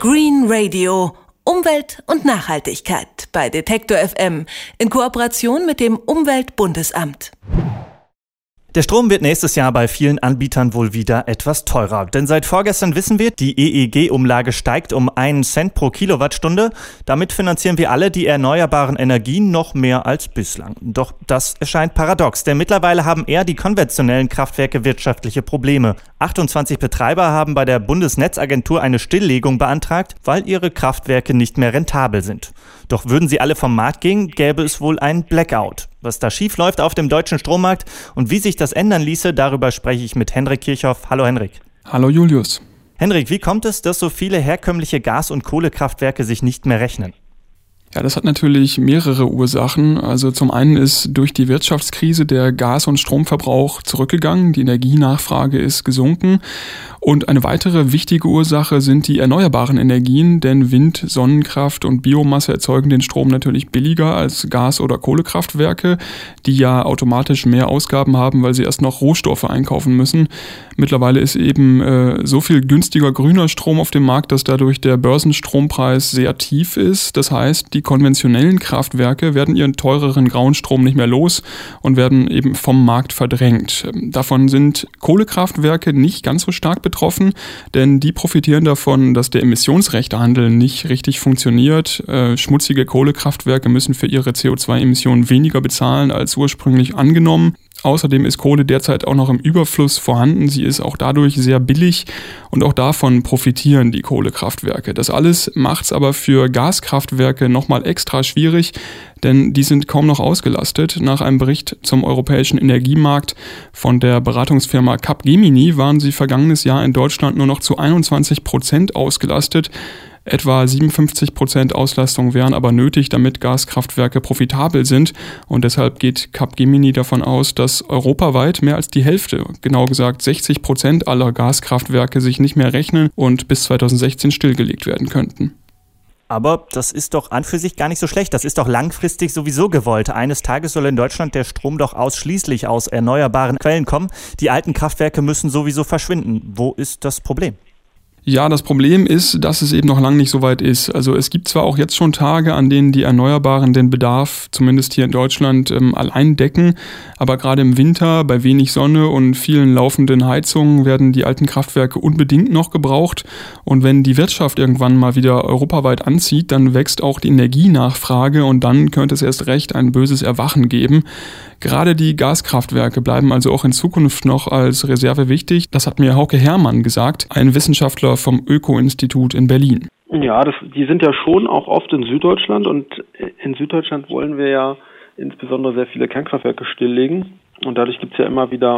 Green Radio. Umwelt und Nachhaltigkeit bei Detektor FM in Kooperation mit dem Umweltbundesamt. Der Strom wird nächstes Jahr bei vielen Anbietern wohl wieder etwas teurer. Denn seit vorgestern wissen wir, die EEG-Umlage steigt um 1 Cent pro Kilowattstunde. Damit finanzieren wir alle die erneuerbaren Energien noch mehr als bislang. Doch das erscheint paradox, denn mittlerweile haben eher die konventionellen Kraftwerke wirtschaftliche Probleme. 28 Betreiber haben bei der Bundesnetzagentur eine Stilllegung beantragt, weil ihre Kraftwerke nicht mehr rentabel sind. Doch würden sie alle vom Markt gehen, gäbe es wohl einen Blackout. Was da schief läuft auf dem deutschen Strommarkt und wie sich das ändern ließe, darüber spreche ich mit Henrik Kirchhoff. Hallo Henrik. Hallo Julius. Henrik, wie kommt es, dass so viele herkömmliche Gas- und Kohlekraftwerke sich nicht mehr rechnen? Ja, das hat natürlich mehrere Ursachen. Also zum einen ist durch die Wirtschaftskrise der Gas- und Stromverbrauch zurückgegangen, die Energienachfrage ist gesunken. Und eine weitere wichtige Ursache sind die erneuerbaren Energien, denn Wind, Sonnenkraft und Biomasse erzeugen den Strom natürlich billiger als Gas- oder Kohlekraftwerke, die ja automatisch mehr Ausgaben haben, weil sie erst noch Rohstoffe einkaufen müssen. Mittlerweile ist eben so viel günstiger grüner Strom auf dem Markt, dass dadurch der Börsenstrompreis sehr tief ist. Das heißt, die konventionellen Kraftwerke werden ihren teureren grauen Strom nicht mehr los und werden eben vom Markt verdrängt. Davon sind Kohlekraftwerke nicht ganz so stark betroffen, denn die profitieren davon, dass der Emissionsrechtehandel nicht richtig funktioniert. Schmutzige Kohlekraftwerke müssen für ihre CO2-Emissionen weniger bezahlen als ursprünglich angenommen. Außerdem ist Kohle derzeit auch noch im Überfluss vorhanden. Sie ist auch dadurch sehr billig und auch davon profitieren die Kohlekraftwerke. Das alles macht es aber für Gaskraftwerke nochmal extra schwierig, denn die sind kaum noch ausgelastet. Nach einem Bericht zum europäischen Energiemarkt von der Beratungsfirma Capgemini waren sie vergangenes Jahr in Deutschland nur noch zu 21% ausgelastet. Etwa 57% Auslastung wären aber nötig, damit Gaskraftwerke profitabel sind. Und deshalb geht Capgemini davon aus, dass europaweit mehr als die Hälfte, genau gesagt 60% aller Gaskraftwerke sich nicht mehr rechnen und bis 2016 stillgelegt werden könnten. Aber das ist doch an für sich gar nicht so schlecht. Das ist doch langfristig sowieso gewollt. Eines Tages soll in Deutschland der Strom doch ausschließlich aus erneuerbaren Quellen kommen. Die alten Kraftwerke müssen sowieso verschwinden. Wo ist das Problem? Ja, das Problem ist, dass es eben noch lange nicht so weit ist. Also es gibt zwar auch jetzt schon Tage, an denen die Erneuerbaren den Bedarf, zumindest hier in Deutschland, allein decken, aber gerade im Winter bei wenig Sonne und vielen laufenden Heizungen werden die alten Kraftwerke unbedingt noch gebraucht. Und wenn die Wirtschaft irgendwann mal wieder europaweit anzieht, dann wächst auch die Energienachfrage und dann könnte es erst recht ein böses Erwachen geben. Gerade die Gaskraftwerke bleiben also auch in Zukunft noch als Reserve wichtig. Das hat mir Hauke Herrmann gesagt, ein Wissenschaftler vom Öko-Institut in Berlin. Ja, die sind ja schon auch oft in Süddeutschland und in Süddeutschland wollen wir ja insbesondere sehr viele Kernkraftwerke stilllegen und dadurch gibt es ja immer wieder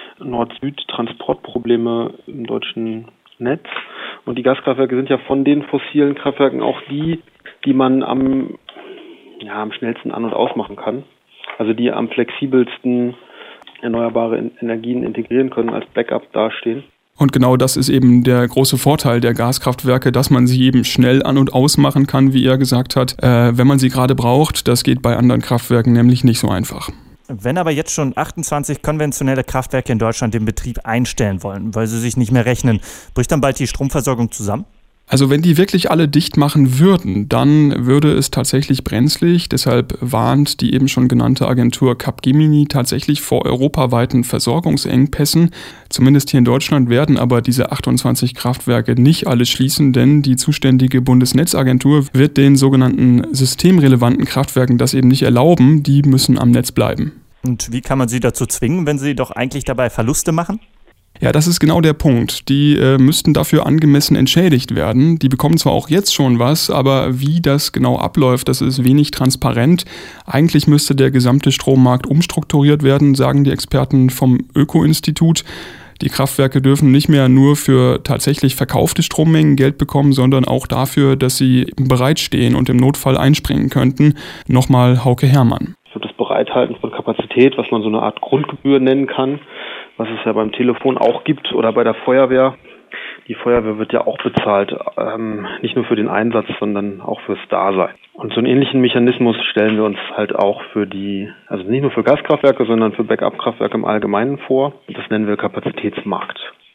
Nord-Süd-Transportprobleme im deutschen Netz und die Gaskraftwerke sind ja von den fossilen Kraftwerken auch die man am schnellsten an- und ausmachen kann. Also die am flexibelsten erneuerbare Energien integrieren können, als Backup dastehen. Und genau das ist eben der große Vorteil der Gaskraftwerke, dass man sie eben schnell an- und ausmachen kann, wie er gesagt hat, wenn man sie gerade braucht. Das geht bei anderen Kraftwerken nämlich nicht so einfach. Wenn aber jetzt schon 28 konventionelle Kraftwerke in Deutschland den Betrieb einstellen wollen, weil sie sich nicht mehr rechnen, bricht dann bald die Stromversorgung zusammen? Also wenn die wirklich alle dicht machen würden, dann würde es tatsächlich brenzlig. Deshalb warnt die eben schon genannte Agentur Capgemini tatsächlich vor europaweiten Versorgungsengpässen. Zumindest hier in Deutschland werden aber diese 28 Kraftwerke nicht alle schließen, denn die zuständige Bundesnetzagentur wird den sogenannten systemrelevanten Kraftwerken das eben nicht erlauben. Die müssen am Netz bleiben. Und wie kann man sie dazu zwingen, wenn sie doch eigentlich dabei Verluste machen? Ja, das ist genau der Punkt. Die müssten dafür angemessen entschädigt werden. Die bekommen zwar auch jetzt schon was, aber wie das genau abläuft, das ist wenig transparent. Eigentlich müsste der gesamte Strommarkt umstrukturiert werden, sagen die Experten vom Öko-Institut. Die Kraftwerke dürfen nicht mehr nur für tatsächlich verkaufte Strommengen Geld bekommen, sondern auch dafür, dass sie bereitstehen und im Notfall einspringen könnten. Nochmal Hauke Herrmann. Für das Bereithalten von Kapazität, was man so eine Art Grundgebühr nennen kann, was es ja beim Telefon auch gibt oder bei der Feuerwehr. Die Feuerwehr wird ja auch bezahlt, nicht nur für den Einsatz, sondern auch fürs Dasein. Und so einen ähnlichen Mechanismus stellen wir uns halt auch also nicht nur für Gaskraftwerke, sondern für Backup-Kraftwerke im Allgemeinen vor. Das nennen wir Kapazitätsmarkt.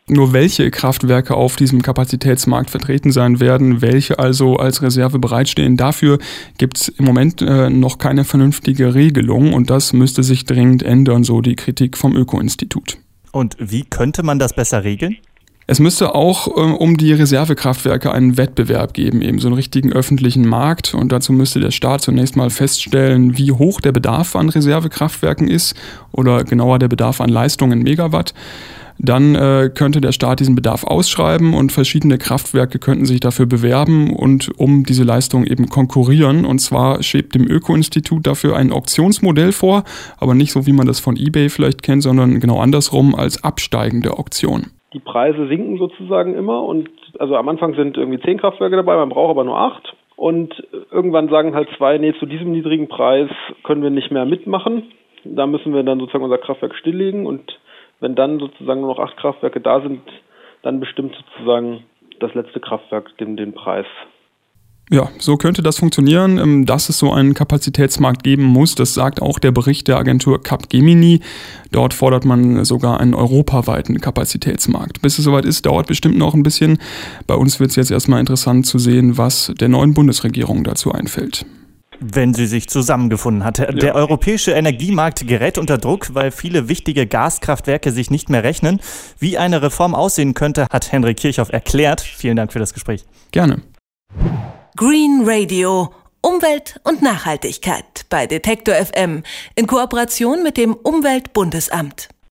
nur welche Kraftwerke auf diesem Kapazitätsmarkt vertreten sein werden, welche also als Reserve bereitstehen. Dafür gibt es im Moment noch keine vernünftige Regelung und das müsste sich dringend ändern, so die Kritik vom Öko-Institut. Und wie könnte man das besser regeln? Es müsste auch um die Reservekraftwerke einen Wettbewerb geben, eben so einen richtigen öffentlichen Markt. Und dazu müsste der Staat zunächst mal feststellen, wie hoch der Bedarf an Reservekraftwerken ist oder genauer der Bedarf an Leistung in Megawatt. Dann könnte der Staat diesen Bedarf ausschreiben und verschiedene Kraftwerke könnten sich dafür bewerben und um diese Leistung eben konkurrieren. Und zwar schwebt dem Öko-Institut dafür ein Auktionsmodell vor, aber nicht so, wie man das von eBay vielleicht kennt, sondern genau andersrum als absteigende Auktion. Die Preise sinken sozusagen immer und also am Anfang sind irgendwie 10 Kraftwerke dabei, man braucht aber nur 8. Und irgendwann sagen halt 2, nee, zu diesem niedrigen Preis können wir nicht mehr mitmachen. Da müssen wir dann sozusagen unser Kraftwerk stilllegen und wenn dann sozusagen nur noch 8 Kraftwerke da sind, dann bestimmt sozusagen das letzte Kraftwerk den Preis. Ja, so könnte das funktionieren, dass es so einen Kapazitätsmarkt geben muss. Das sagt auch der Bericht der Agentur Capgemini. Dort fordert man sogar einen europaweiten Kapazitätsmarkt. Bis es soweit ist, dauert bestimmt noch ein bisschen. Bei uns wird es jetzt erstmal interessant zu sehen, was der neuen Bundesregierung dazu einfällt. Wenn sie sich zusammengefunden hat. Ja. Der europäische Energiemarkt gerät unter Druck, weil viele wichtige Gaskraftwerke sich nicht mehr rechnen. Wie eine Reform aussehen könnte, hat Henrik Kirchhoff erklärt. Vielen Dank für das Gespräch. Gerne. Green Radio. Umwelt und Nachhaltigkeit bei Detektor FM in Kooperation mit dem Umweltbundesamt.